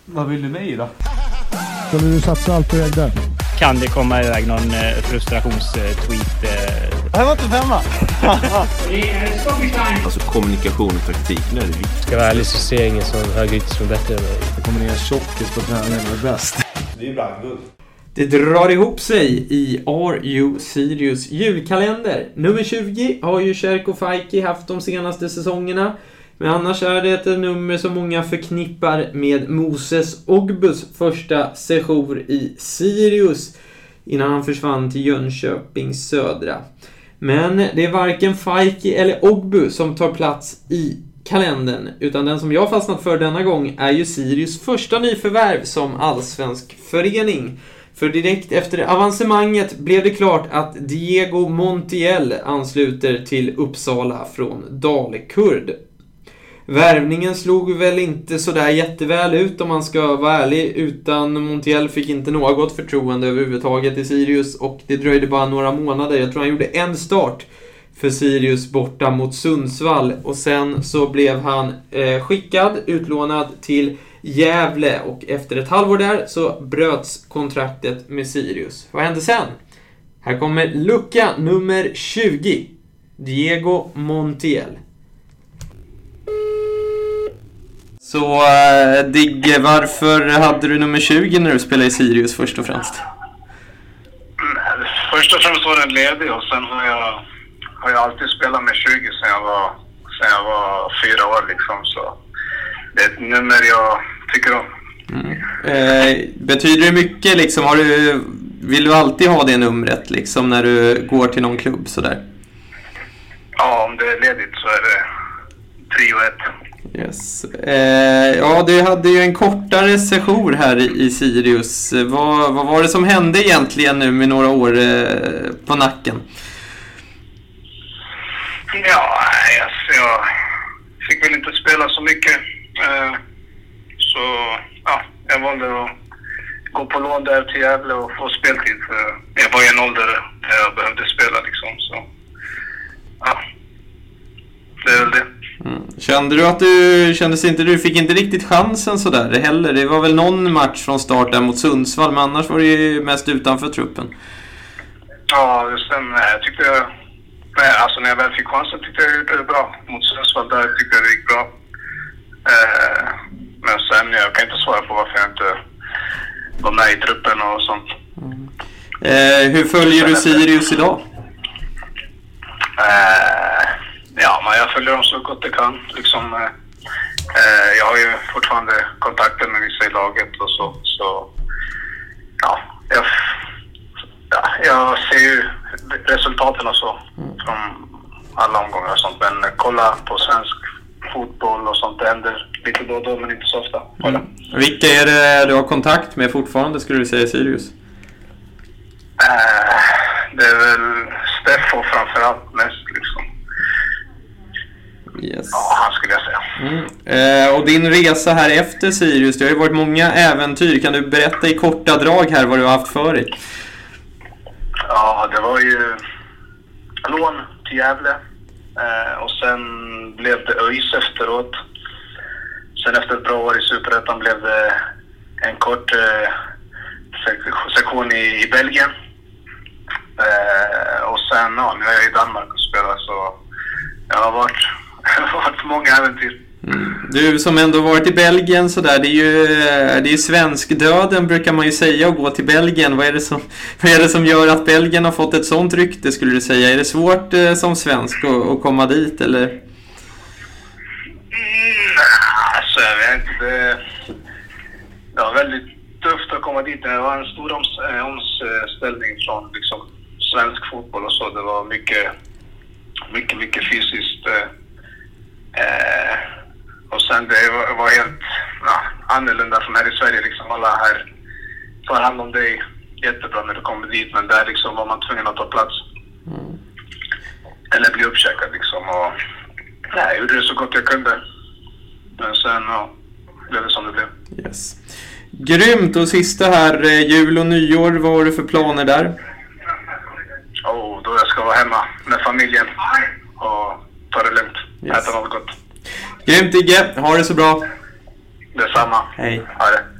Vad vill du med i då? Skulle du satsa allt på ägg där? Kan det komma iväg någon frustrationstweet? Det här var inte femma. Alltså kommunikation och taktik, nu är det viktigt. Ska vara ärlig så ser jag ingen som högerytter som är bättre än mig. Det kommer ner tjockis på träningen och är bäst. Det är ju brandguld. Det drar ihop sig i Are You Serious julkalender. Nummer 20 har ju Sherko Faiki haft de senaste säsongerna. Men annars är det ett nummer som många förknippar med Moses Ogbus första sejour i Sirius innan han försvann till Jönköping södra. Men det är varken Faiki eller Ogbu som tar plats i kalendern, utan den som jag fastnat för denna gång är ju Sirius första nyförvärv som allsvensk förening. För direkt efter avancemanget blev det klart att Diego Montiel ansluter till Uppsala från Dalekurd. Värvningen slog väl inte sådär jätteväl ut om man ska vara ärlig, utan Montiel fick inte något förtroende överhuvudtaget i Sirius och det dröjde bara några månader. Jag tror han gjorde en start för Sirius borta mot Sundsvall och sen så blev han skickad, utlånad till Gävle och efter ett halvår där så bröts kontraktet med Sirius. Vad hände sen? Här kommer lucka nummer 20. Diego Montiel. Så Digge, varför hade du nummer 20 när du spelade i Sirius först och främst? Först och främst var den ledig och sen har jag alltid spelat med 20 sen jag var 4 år liksom, så det är ett nummer jag tycker om. Betyder det mycket liksom? Vill du alltid ha det numret liksom när du går till någon klubb sådär? Ja, om det är ledigt så är det prio 1. Yes. Ja, du hade ju en kortare sejour här i Sirius. Vad var det som hände egentligen nu med några år på nacken? Ja, jag fick väl inte spela så mycket. Så ja, jag valde att gå på lån där till Gävle och få speltid. Jag var i en ålder där jag behövde spela liksom. Så ja, det är väl det. Kände du att du fick inte riktigt chansen sådär heller? Det var väl någon match från start där mot Sundsvall, men annars var det ju mest utanför truppen. Ja, jag tyckte alltså när jag väl fick chansen tyckte jag det var bra. Mot Sundsvall där tyckte jag det gick bra. Men sen jag kan inte svara på varför jag inte var med i truppen och sånt. Hur följer du Sirius idag? Ja, men jag följer dem så gott jag kan. Liksom, jag har ju fortfarande kontakter med vissa i laget och så ja, jag ser ju resultaten och så från alla omgångar och sånt. Men kolla på svensk fotboll och sånt, det händer lite då men inte så ofta. Vilka är det du har kontakt med fortfarande, skulle du säga, Sirius? Det är väl Steffo framförallt mest liksom. Yes. Ja, han skulle jag säga. Och din resa här efter Sirius, det har ju varit många äventyr. Kan du berätta i korta drag här vad du har haft för dig? Ja, det var ju lån till Gävle. Och sen blev det ÖIS efteråt. Sen efter ett bra år i Superettan blev det en kort sektion i Belgien. Och sen nu är jag i Danmark och spelar, så jag har varit på många äventyr. Du som ändå varit i Belgien så där, det är ju svensk döden brukar man ju säga, att gå till Belgien. Vad är det som gör att Belgien har fått ett sånt rykte, skulle du säga? Är det svårt som svensk att komma dit eller? Alltså jag vet inte. Det var väldigt tufft att komma dit. Det var en stor omställning från liksom svensk fotboll och så. Det var mycket fysiskt. Och sen det var helt annorlunda från här i Sverige. Liksom alla här tar hand om dig jättebra när du kommer dit, men där liksom var man tvungen att ta plats. Eller bli uppkäkad liksom. Och jag gjorde det så gott jag kunde. Men sen blev det som det blev. Yes. Grymt, och sista här, jul och nyår, vad har du för planer där? Då jag ska vara hemma med familjen och ta det lugnt. Äta något gott. Grymt, Igge, ha det så bra. Detsamma. Hej. Ha det.